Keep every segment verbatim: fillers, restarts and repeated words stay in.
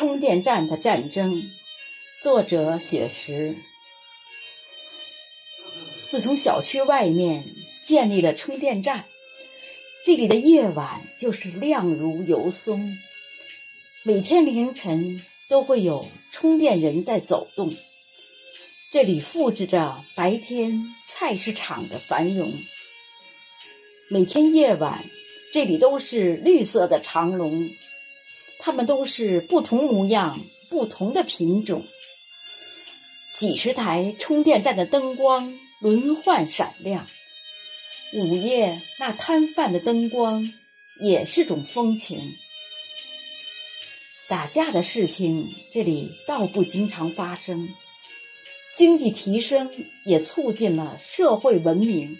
充电站的战争，作者雪石。自从小区外面建立了充电站，这里的夜晚就是亮如油松。每天凌晨都会有充电人在走动，这里复制着白天菜市场的繁荣。每天夜晚，这里都是绿色的长龙，它们都是不同模样、不同的品种。几十台充电站的灯光轮换闪亮，午夜那摊贩的灯光也是种风情。打架的事情这里倒不经常发生，经济提升也促进了社会文明。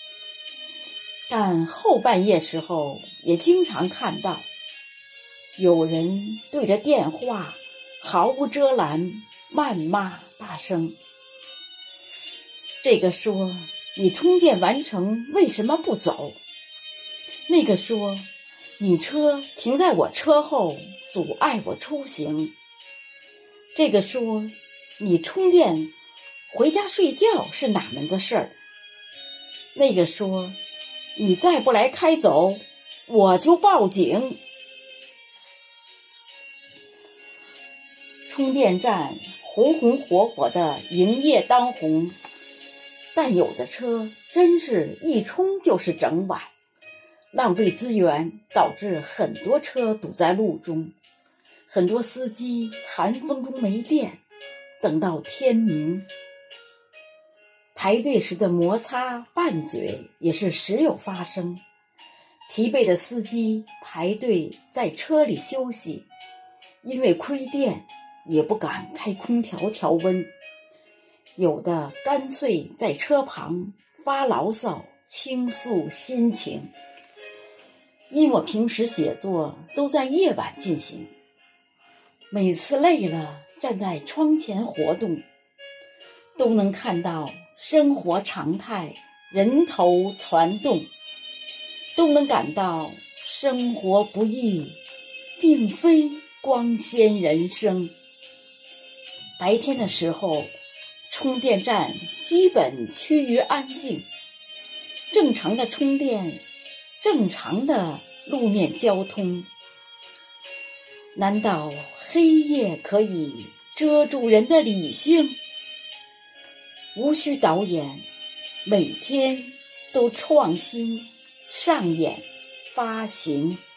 但后半夜时候也经常看到有人对着电话毫无遮拦谩骂大声。这个说你充电完成为什么不走？那个说你车停在我车后阻碍我出行。这个说你充电回家睡觉是哪门子事儿？那个说你再不来开走我就报警。充电站红红火火的营业当红，但有的车真是一充就是整晚，浪费资源，导致很多车堵在路中，很多司机寒风中没电，等到天明。排队时的摩擦拌嘴也是时有发生，疲惫的司机排队在车里休息，因为亏电也不敢开空调调温，有的干脆在车旁发牢骚倾诉心情。因我平时写作都在夜晚进行，每次累了站在窗前活动，都能看到生活常态人头攒动，都能感到生活不易，并非光鲜人生。白天的时候，充电站基本趋于安静，正常的充电，正常的路面交通。难道黑夜可以遮住人的理性？无需导演，每天都创新上演发行。